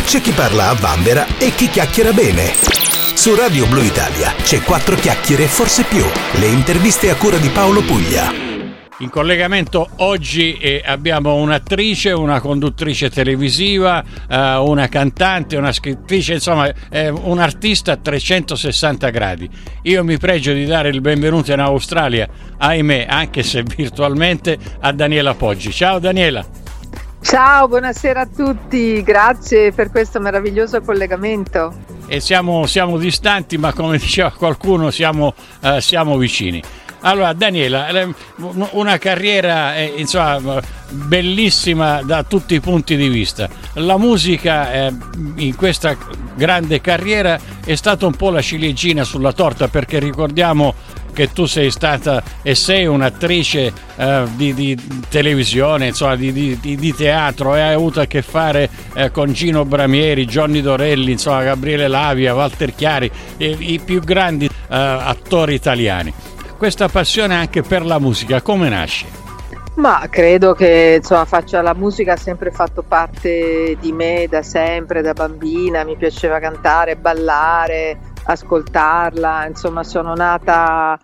c'è chi parla a vanvera e chi chiacchiera bene. Su Radio Blu Italia c'è 4 chiacchiere, forse più. Le interviste a cura di Paolo Puglia. In collegamento oggi abbiamo un'attrice, una conduttrice televisiva, una cantante, una scrittrice, insomma un artista a 360 gradi. Io mi pregio di dare il benvenuto in Australia, ahimè, anche se virtualmente, a Daniela Poggi. Ciao Daniela. Ciao, buonasera a tutti, grazie per questo meraviglioso collegamento. E siamo distanti, ma come diceva qualcuno siamo vicini. Allora Daniela, una carriera insomma bellissima da tutti i punti di vista. La musica in questa grande carriera è stata un po' la ciliegina sulla torta, perché ricordiamo che tu sei stata e sei un'attrice di televisione, insomma di teatro, e hai avuto a che fare con Gino Bramieri, Johnny Dorelli, insomma Gabriele Lavia, Walter Chiari, i più grandi attori italiani. Questa passione anche per la musica come nasce? Ma credo che la musica ha sempre fatto parte di me da sempre, da bambina. Mi piaceva cantare, ballare, ascoltarla, insomma sono nata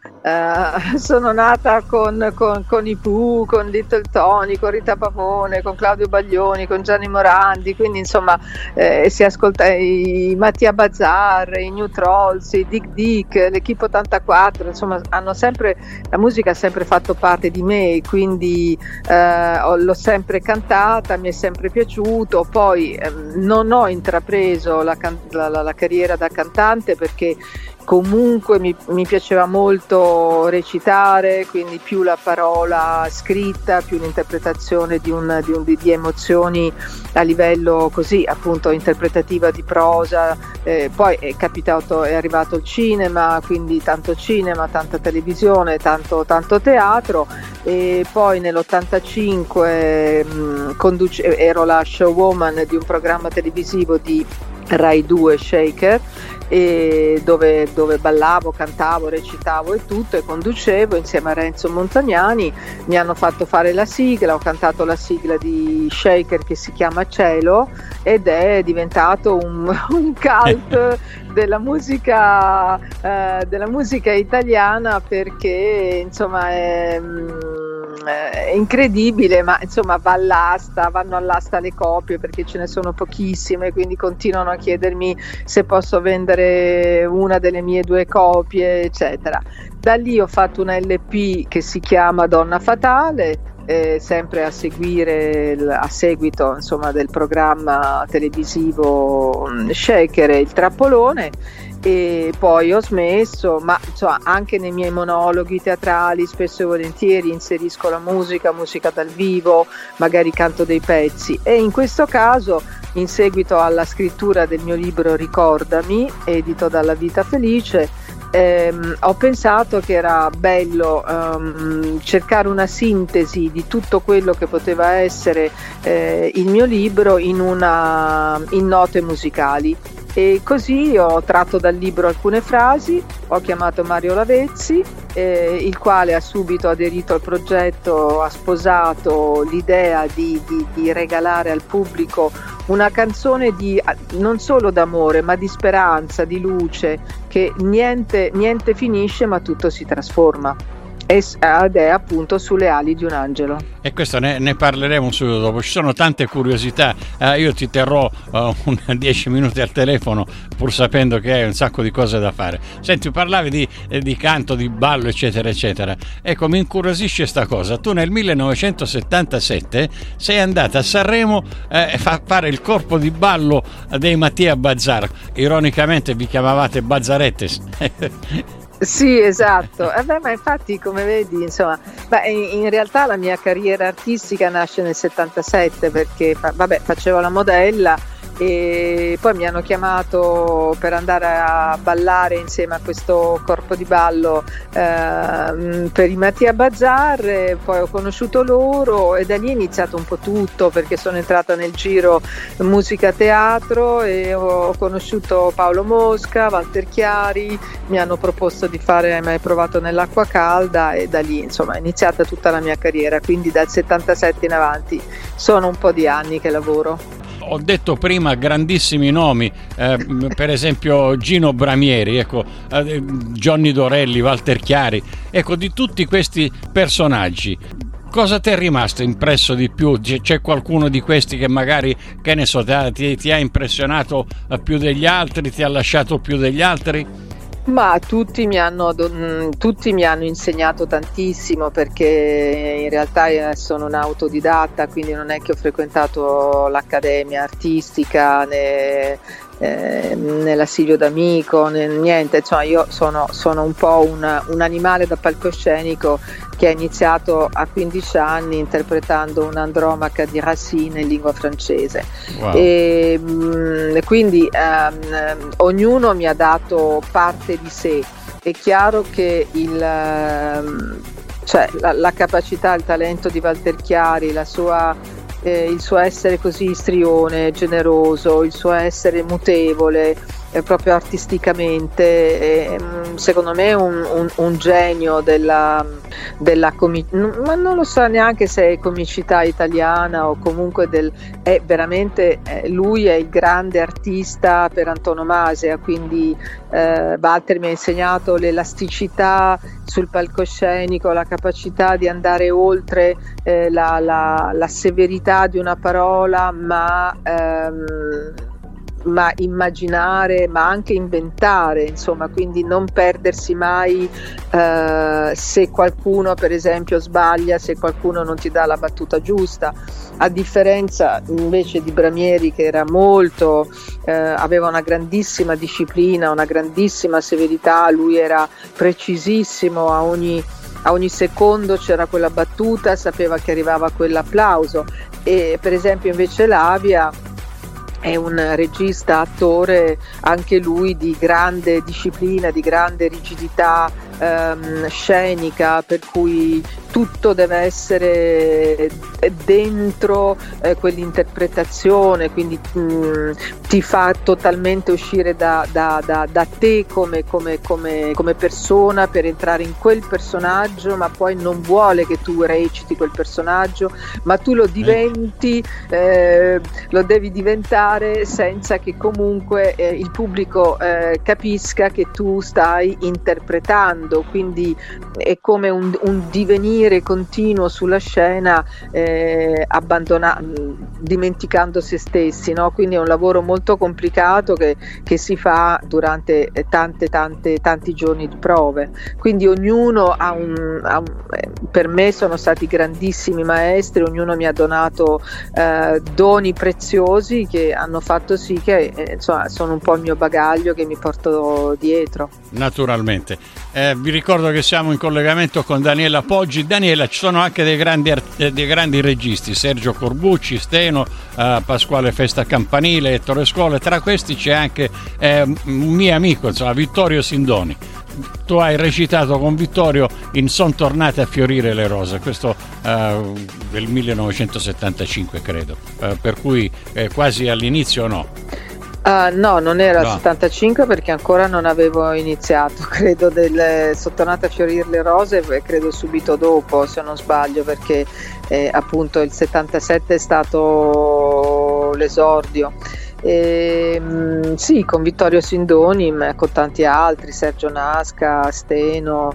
con i Pooh, con Little Tony, con Rita Pavone, con Claudio Baglioni, con Gianni Morandi, quindi insomma si ascolta i Mattia Bazar, i New Trolls, i Dick Dick, l'Equipe 84, insomma la musica ha sempre fatto parte di me, quindi l'ho sempre cantata, mi è sempre piaciuto. Poi non ho intrapreso la carriera da cantante perché comunque mi piaceva molto recitare, quindi più la parola scritta, più l'interpretazione di emozioni a livello così appunto interpretativa di prosa. Poi è arrivato il cinema, quindi tanto cinema, tanta televisione, tanto teatro, e poi nell'85 ero la showwoman di un programma televisivo di Rai 2, Shaker, e dove ballavo, cantavo, recitavo e tutto, e conducevo insieme a Renzo Montagnani. Mi hanno fatto fare la sigla, ho cantato la sigla di Shaker che si chiama Cielo, ed è diventato un cult della musica italiana, perché insomma è incredibile, ma insomma vanno all'asta le copie perché ce ne sono pochissime, quindi continuano a chiedermi se posso vendere una delle mie 2 copie, eccetera. Da lì ho fatto una LP che si chiama Donna Fatale, sempre a seguito insomma del programma televisivo Shaker e il Trappolone. E poi ho smesso, ma insomma anche nei miei monologhi teatrali spesso e volentieri inserisco la musica dal vivo, magari canto dei pezzi, e in questo caso, in seguito alla scrittura del mio libro Ricordami, edito dalla Vita Felice, ho pensato che era bello cercare una sintesi di tutto quello che poteva essere il mio libro in note musicali. E così ho tratto dal libro alcune frasi, ho chiamato Mario Lavezzi, il quale ha subito aderito al progetto, ha sposato l'idea di regalare al pubblico una canzone non solo d'amore, ma di speranza, di luce, che niente finisce ma tutto si trasforma. Ed è appunto Sulle ali di un angelo. E questo ne parleremo subito dopo. Ci sono tante curiosità, io ti terrò 10 minuti al telefono, pur sapendo che hai un sacco di cose da fare. Senti, parlavi di canto, di ballo, eccetera eccetera. Ecco, mi incuriosisce sta cosa. Tu nel 1977 sei andata a Sanremo a fare il corpo di ballo dei Mattia Bazar. Ironicamente vi chiamavate Bazzarettes. Sì, esatto. Ma infatti, come vedi, insomma, in realtà la mia carriera artistica nasce nel 77 perché facevo la modella e poi mi hanno chiamato per andare a ballare insieme a questo corpo di ballo per i Mattia Bazar, poi ho conosciuto loro e da lì è iniziato un po' tutto, perché sono entrata nel giro musica teatro e ho conosciuto Paolo Mosca, Walter Chiari, mi hanno proposto di fare Hai mai provato nell'acqua calda, e da lì insomma è iniziata tutta la mia carriera, quindi dal 77 in avanti sono un po' di anni che lavoro. ho detto prima grandissimi nomi, per esempio Gino Bramieri, ecco, Johnny Dorelli, Walter Chiari, ecco, di tutti questi personaggi. Cosa ti è rimasto impresso di più? C'è qualcuno di questi che magari, che ne so, ti ha impressionato più degli altri, ti ha lasciato più degli altri? Ma tutti mi hanno insegnato tantissimo, perché in realtà sono un'autodidatta, quindi non è che ho frequentato l'accademia artistica né l'Asilio D'Amico, né niente. Insomma, io sono un po' un animale da palcoscenico che ha iniziato a 15 anni interpretando un'Andromaca di Racine in lingua francese. Wow. E quindi ognuno mi ha dato parte di sé. È chiaro che la capacità, il talento di Walter Chiari, il suo essere così istrione, generoso, il suo essere mutevole, proprio artisticamente, secondo me un genio ma non lo so neanche se è comicità italiana o comunque è veramente, lui è il grande artista per antonomasia, quindi Walter mi ha insegnato l'elasticità sul palcoscenico, la capacità di andare oltre la severità di una parola, ma immaginare, ma anche inventare, insomma, quindi non perdersi mai se qualcuno per esempio sbaglia, se qualcuno non ti dà la battuta giusta, a differenza invece di Bramieri, che era aveva una grandissima disciplina, una grandissima severità. Lui era precisissimo, a ogni secondo c'era quella battuta, sapeva che arrivava quell'applauso. E per esempio invece Labia è un regista, attore, anche lui di grande disciplina, di grande rigidità scenica, per cui tutto deve essere dentro quell'interpretazione, quindi ti fa totalmente uscire da te come persona per entrare in quel personaggio, ma poi non vuole che tu reciti quel personaggio, ma tu lo diventi, lo devi diventare senza che comunque il pubblico capisca che tu stai interpretando, quindi è come un divenire continuo sulla scena, dimenticando se stessi, no? Quindi è un lavoro molto complicato che si fa durante tanti giorni di prove, quindi ognuno per me sono stati grandissimi maestri, ognuno mi ha donato doni preziosi che hanno fatto sì che insomma, sono un po' il mio bagaglio che mi porto dietro. Naturalmente. Vi ricordo che siamo in collegamento con Daniela Poggi. Daniela, ci sono anche dei grandi registi, Sergio Corbucci, Steno, Pasquale Festa Campanile, Ettore Scola. Tra questi c'è anche un mio amico, insomma, Vittorio Sindoni. Tu hai recitato con Vittorio in Son tornate a fiorire le rose, questo del 1975 credo, per cui quasi all'inizio no? No, non era il 75 perché ancora non avevo iniziato, credo Son tornate a fiorire le rose, credo subito dopo, se non sbaglio, perché appunto il 77 è stato l'esordio. Sì, con Vittorio Sindoni, ma con tanti altri, Sergio Nasca, Steno,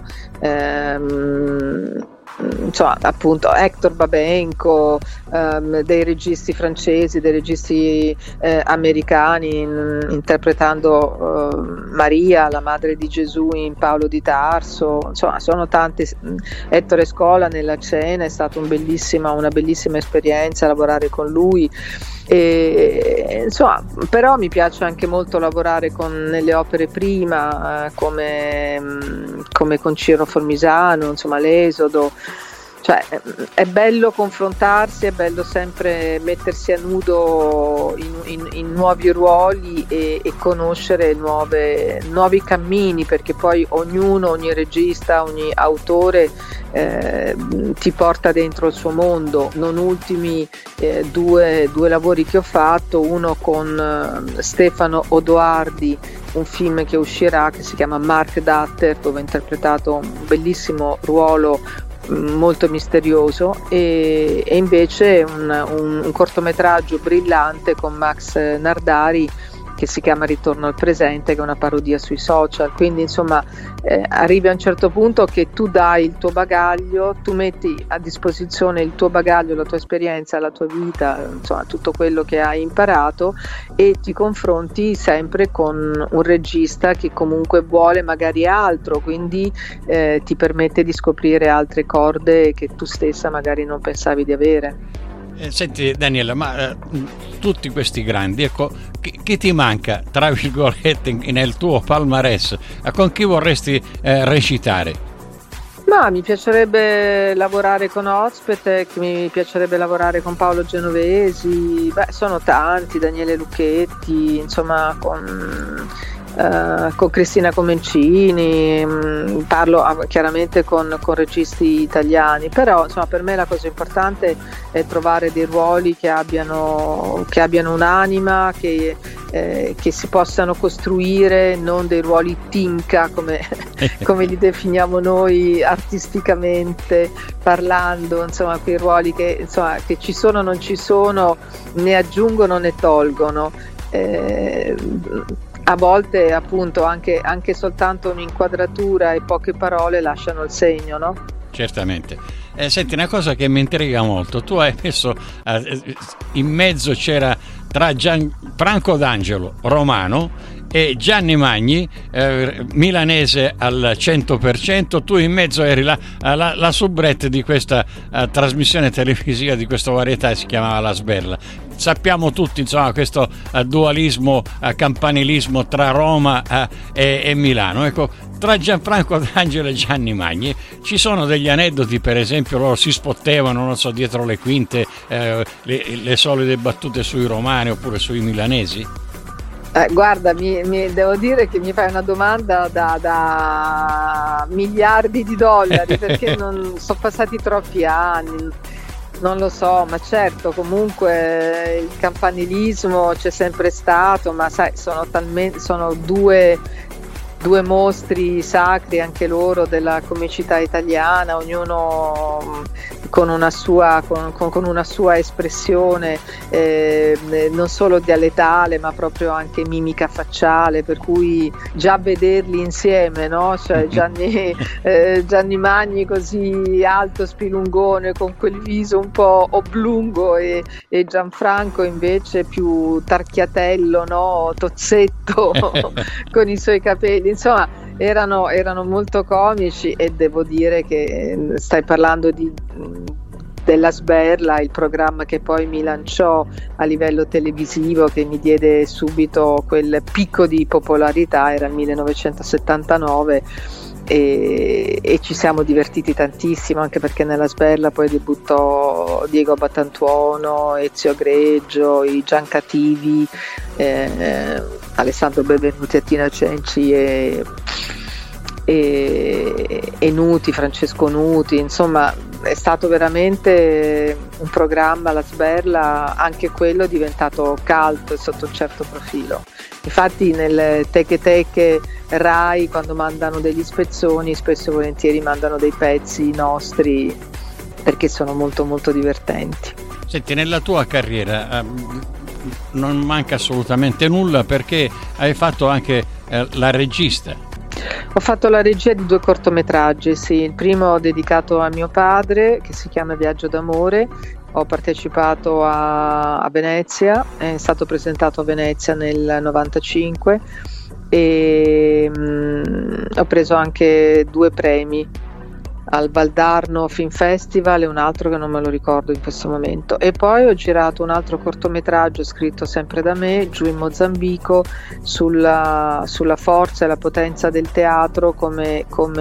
insomma, appunto Hector Babenco, dei registi francesi, dei registi americani, interpretando Maria, la madre di Gesù, in Paolo di Tarso. Insomma, sono tanti. Ettore Scola nella Cena è stata una bellissima esperienza lavorare con lui. E, insomma, però mi piace anche molto lavorare nelle opere prima, come con Ciro Formisano, insomma, l'Esodo. Cioè, è bello confrontarsi, è bello sempre mettersi a nudo in nuovi ruoli e conoscere nuovi cammini, perché poi ogni regista, ogni autore ti porta dentro il suo mondo. Non ultimi due lavori che ho fatto, uno con Stefano Odoardi, un film che uscirà che si chiama Mark Datter, dove ho interpretato un bellissimo ruolo molto misterioso, e invece un cortometraggio brillante con Max Nardari che si chiama Ritorno al presente, che è una parodia sui social. Quindi insomma arrivi a un certo punto che tu dai il tuo bagaglio, tu metti a disposizione il tuo bagaglio, la tua esperienza, la tua vita, insomma tutto quello che hai imparato, e ti confronti sempre con un regista che comunque vuole magari altro, quindi ti permette di scoprire altre corde che tu stessa magari non pensavi di avere. Senti Daniela, ma tutti questi grandi, ecco, che ti manca, tra virgolette, nel tuo palmarès? Con chi vorresti recitare? Ma mi piacerebbe lavorare con Ozpetec, mi piacerebbe lavorare con Paolo Genovesi, sono tanti, Daniele Lucchetti, insomma con Cristina Comencini, parlo chiaramente con registi italiani, però insomma per me la cosa importante è trovare dei ruoli che abbiano un'anima, che si possano costruire, non dei ruoli tinca come li definiamo noi artisticamente parlando, insomma quei ruoli che ci sono, non ci sono, né aggiungono né tolgono. A volte appunto anche soltanto un'inquadratura e poche parole lasciano il segno, no? Certamente. Senti, una cosa che mi intriga molto, tu hai messo in mezzo, c'era tra Gianfranco D'Angelo, romano, e Gianni Magni, milanese al 100%, tu in mezzo eri la soubrette di questa trasmissione televisiva, di questa varietà, si chiamava La Sberla. Sappiamo tutti, insomma, questo dualismo, campanilismo tra Roma e Milano. Ecco, tra Gianfranco D'Angelo e Gianni Magni ci sono degli aneddoti, per esempio loro si spottevano, non so, dietro le quinte, le solite battute sui romani oppure sui milanesi? Guarda, devo dire che mi fai una domanda da miliardi di dollari, perché non sono passati troppi anni. Non lo so, ma certo, comunque il campanilismo c'è sempre stato, ma sai, sono due mostri sacri anche loro della comicità italiana, ognuno con una sua espressione, non solo dialettale ma proprio anche mimica facciale, per cui già vederli insieme, no? Cioè Gianni Magni così alto, spilungone, con quel viso un po' oblungo, e Gianfranco invece più tarchiatello, no? Tozzetto con i suoi capelli. Insomma, erano molto comici, e devo dire che stai parlando della Sberla, il programma che poi mi lanciò a livello televisivo, che mi diede subito quel picco di popolarità, era il 1979, e ci siamo divertiti tantissimo, anche perché nella Sberla poi debuttò Diego Battantuono, Ezio Greggio, i Giancativi, Alessandro Benvenuti, Tina Cenci e Nuti, Francesco Nuti. Insomma, è stato veramente un programma, La Sberla, anche quello è diventato cult sotto un certo profilo. Infatti nel Teche Teche Rai, quando mandano degli spezzoni, spesso e volentieri mandano dei pezzi nostri, perché sono molto molto divertenti. Senti, nella tua carriera non manca assolutamente nulla, perché hai fatto anche la regista. Ho fatto la regia di 2 cortometraggi, sì. Il primo dedicato a mio padre, che si chiama Viaggio d'amore. Ho partecipato a Venezia, è stato presentato a Venezia nel 95, e ho preso anche 2 premi al Valdarno Film Festival e un altro che non me lo ricordo in questo momento. E poi ho girato un altro cortometraggio scritto sempre da me, Giù in Mozambico, sulla forza e la potenza del teatro come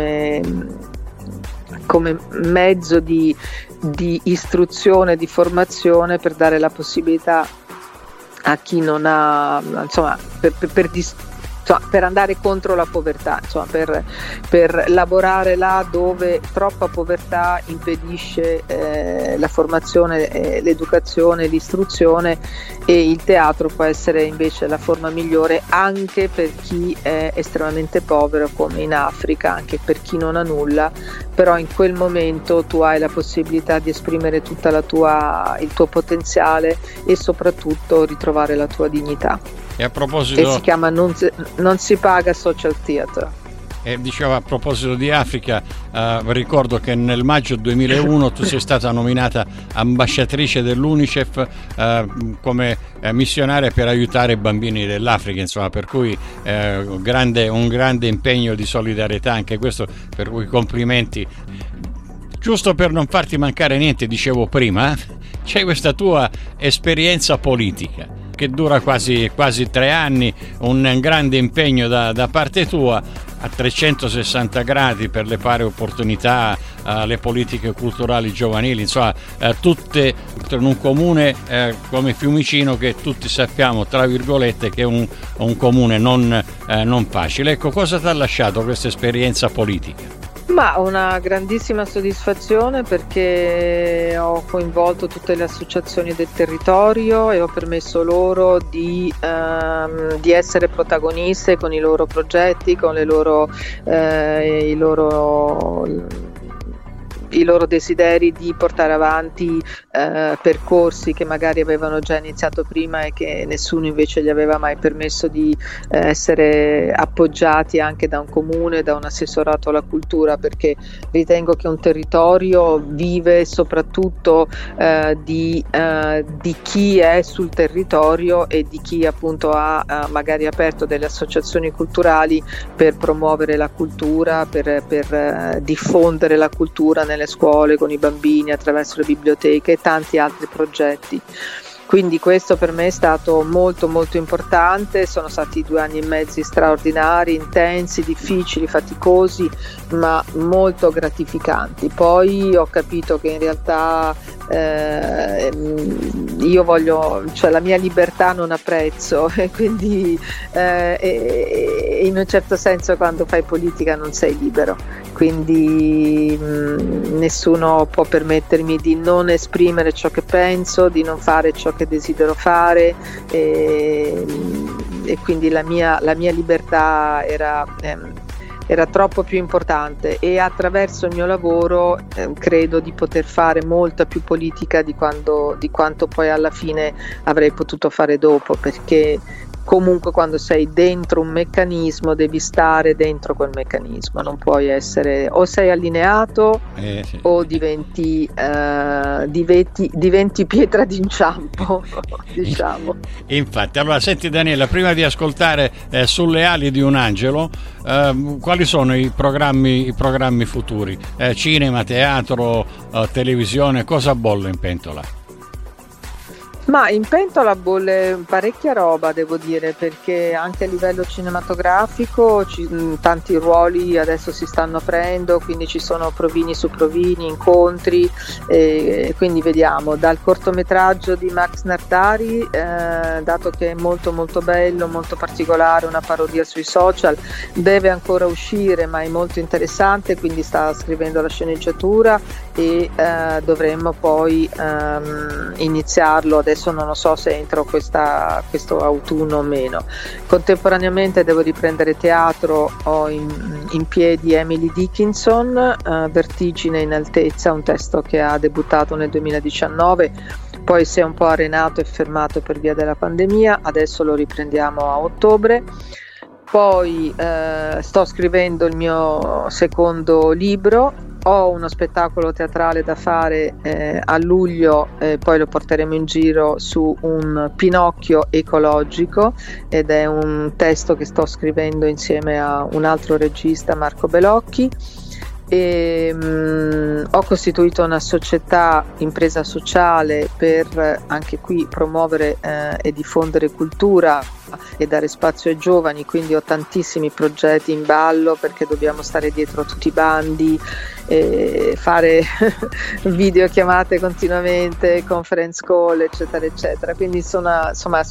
mezzo di istruzione, di formazione, per dare la possibilità a chi non ha, insomma, per andare contro la povertà, insomma, per lavorare là dove troppa povertà impedisce la formazione, l'educazione, l'istruzione, e il teatro può essere invece la forma migliore anche per chi è estremamente povero, come in Africa, anche per chi non ha nulla, però in quel momento tu hai la possibilità di esprimere tutta il tuo potenziale e soprattutto ritrovare la tua dignità. E a proposito, e si chiama non si paga social theater. Dicevo, a proposito di Africa, ricordo che nel maggio 2001 tu sei stata nominata ambasciatrice dell'UNICEF come missionaria per aiutare i bambini dell'Africa, insomma, per cui un grande impegno di solidarietà anche questo, per cui complimenti. Giusto per non farti mancare niente, dicevo prima, c'è questa tua esperienza politica che dura quasi 3 anni, un grande impegno da parte tua a 360 gradi per le pari opportunità, le politiche culturali giovanili, insomma tutte in un comune come Fiumicino, che tutti sappiamo, tra virgolette, che è un comune non facile. Ecco, cosa ti ha lasciato questa esperienza politica? Ma una grandissima soddisfazione, perché ho coinvolto tutte le associazioni del territorio e ho permesso loro di essere protagoniste con i loro progetti, con i loro desideri di portare avanti percorsi che magari avevano già iniziato prima e che nessuno invece gli aveva mai permesso di essere appoggiati anche da un comune, da un assessorato alla cultura, perché ritengo che un territorio vive soprattutto di chi è sul territorio e di chi appunto ha magari aperto delle associazioni culturali per promuovere la cultura, per diffondere la cultura nelle scuole, con i bambini, attraverso le biblioteche e tanti altri progetti. Quindi questo per me è stato molto molto importante. Sono stati 2 anni e mezzo straordinari, intensi, difficili, faticosi, ma molto gratificanti. Poi ho capito che in realtà io voglio, cioè la mia libertà non ha prezzo, e quindi in un certo senso quando fai politica non sei libero, quindi nessuno può permettermi di non esprimere ciò che penso, di non fare ciò che desidero fare, e quindi la mia libertà era troppo più importante, e attraverso il mio lavoro credo di poter fare molta più politica di quanto poi alla fine avrei potuto fare dopo, perché comunque quando sei dentro un meccanismo devi stare dentro quel meccanismo, non puoi essere, o sei allineato sì, o diventi pietra d'inciampo, diciamo. Infatti, allora senti Daniela, prima di ascoltare Sulle ali di un angelo, quali sono i programmi futuri? Cinema, teatro, televisione, cosa bolle in pentola? Ma in pentola bolle parecchia roba, devo dire, perché anche a livello cinematografico tanti ruoli adesso si stanno aprendo, quindi ci sono provini su provini, incontri, quindi vediamo dal cortometraggio di Max Nardari, dato che è molto molto bello, molto particolare, una parodia sui social, deve ancora uscire ma è molto interessante, quindi sta scrivendo la sceneggiatura e dovremmo poi iniziarlo. Adesso non lo so se entro questo autunno o meno. Contemporaneamente devo riprendere teatro, ho in piedi Emily Dickinson, Vertigine in altezza, un testo che ha debuttato nel 2019, poi si è un po' arenato e fermato per via della pandemia, adesso lo riprendiamo a ottobre. Poi sto scrivendo il mio secondo libro, ho uno spettacolo teatrale da fare a luglio, poi lo porteremo in giro su un Pinocchio ecologico, ed è un testo che sto scrivendo insieme a un altro regista, Marco Belocchi. Ho costituito una società, impresa sociale, per anche qui promuovere e diffondere cultura e dare spazio ai giovani, quindi ho tantissimi progetti in ballo perché dobbiamo stare dietro a tutti i bandi fare videochiamate continuamente, conference call, eccetera eccetera. Quindi sono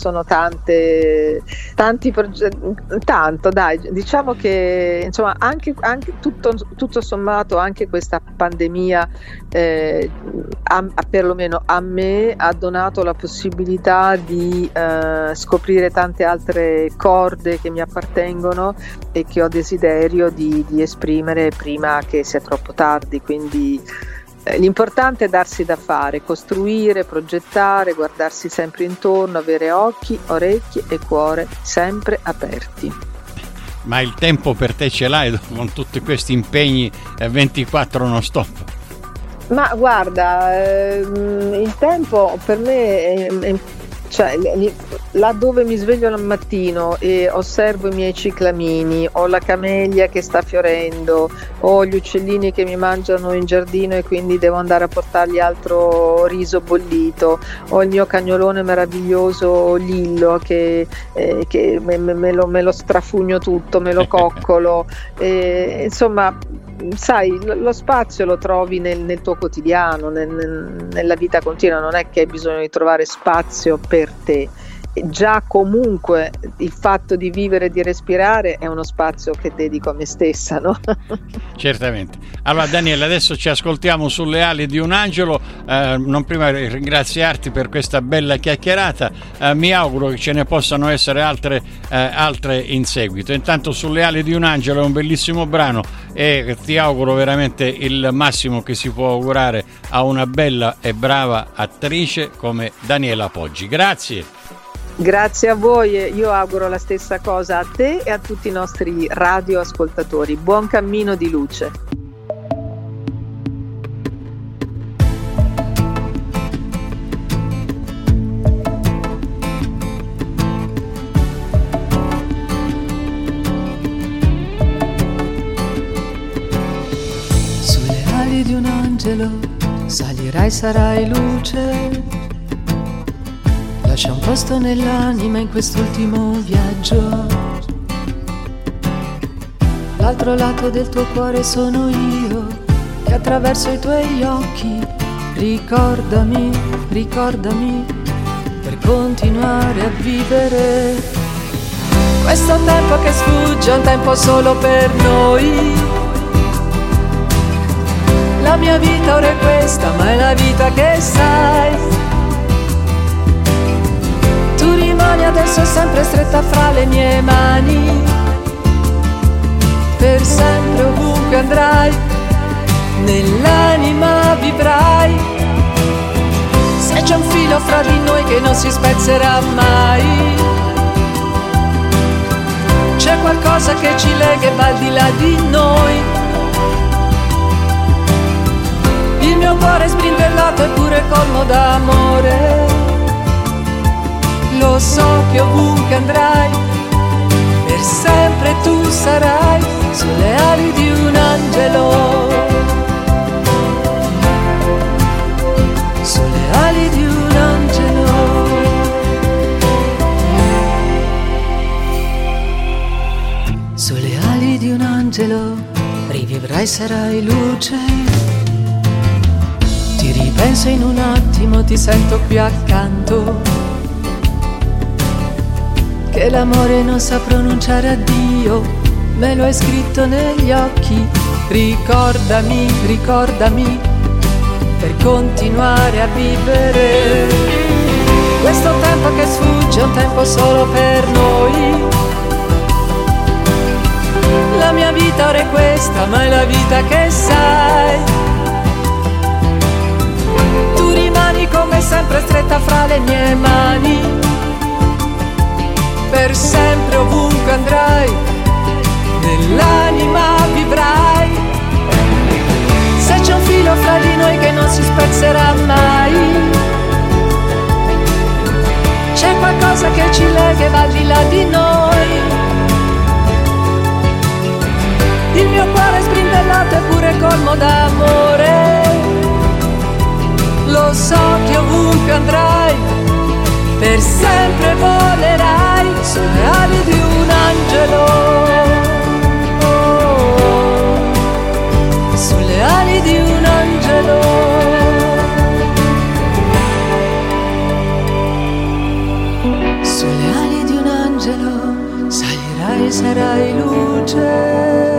tanti progetti, tanto dai, diciamo che insomma anche tutto sommato anche questa pandemia perlomeno a me ha donato la possibilità di scoprire tante altre corde che mi appartengono e che ho desiderio di esprimere prima che sia troppo tardi. Quindi l'importante è darsi da fare, costruire, progettare, guardarsi sempre intorno, avere occhi, orecchie e cuore sempre aperti. Ma il tempo per te ce l'hai con tutti questi impegni 24 non stop? Ma guarda, il tempo per me cioè, là dove mi sveglio al mattino e osservo i miei ciclamini, ho la camellia che sta fiorendo, ho gli uccellini che mi mangiano in giardino e quindi devo andare a portargli altro riso bollito, ho il mio cagnolone meraviglioso Lillo che me lo strafugno tutto, me lo coccolo, insomma sai, lo spazio lo trovi nel tuo quotidiano, nella vita continua, non è che hai bisogno di trovare spazio per te. Già comunque il fatto di vivere e di respirare è uno spazio che dedico a me stessa, no? Certamente. Allora Daniela, adesso ci ascoltiamo Sulle ali di un angelo, non prima ringraziarti per questa bella chiacchierata, mi auguro che ce ne possano essere altre in seguito. Intanto Sulle ali di un angelo è un bellissimo brano e ti auguro veramente il massimo che si può augurare a una bella e brava attrice come Daniela Poggi. Grazie. Grazie a voi, io auguro la stessa cosa a te e a tutti i nostri radioascoltatori. Buon cammino di luce. Sulle ali di un angelo salirai, sarai luce. Lascia un posto nell'anima in quest'ultimo viaggio. L'altro lato del tuo cuore sono io, che attraverso i tuoi occhi ricordami, ricordami, per continuare a vivere. Questo tempo che sfugge è un tempo solo per noi. La mia vita ora è questa, ma è la vita che sai. Tu rimani adesso sempre stretta fra le mie mani, per sempre ovunque andrai, nell'anima vivrai. Se c'è un filo fra di noi che non si spezzerà mai, c'è qualcosa che ci lega e va al di là di noi. Il mio cuore è sbrindellato eppure colmo d'amore. Lo so che ovunque andrai, per sempre tu sarai sulle ali di un angelo. Sulle ali di un angelo. Sulle ali di un angelo rivivrai, sarai luce. Ti ripenso in un attimo, ti sento qui accanto. Che l'amore non sa pronunciare addio, me lo hai scritto negli occhi. Ricordami, ricordami, per continuare a vivere. Questo tempo che sfugge è un tempo solo per noi. La mia vita ora è questa, ma è la vita che sai. Tu rimani come sempre stretta fra le mie mani, per sempre ovunque andrai, nell'anima vivrai. Se c'è un filo fra di noi che non si spezzerà mai, c'è qualcosa che ci lega e va al di là di noi. Il mio cuore è sbrindellato eppure colmo d'amore. Lo so che ovunque andrai, per sempre volerai sulle ali di un angelo. Sulle ali angelo, salirai, sarai luce.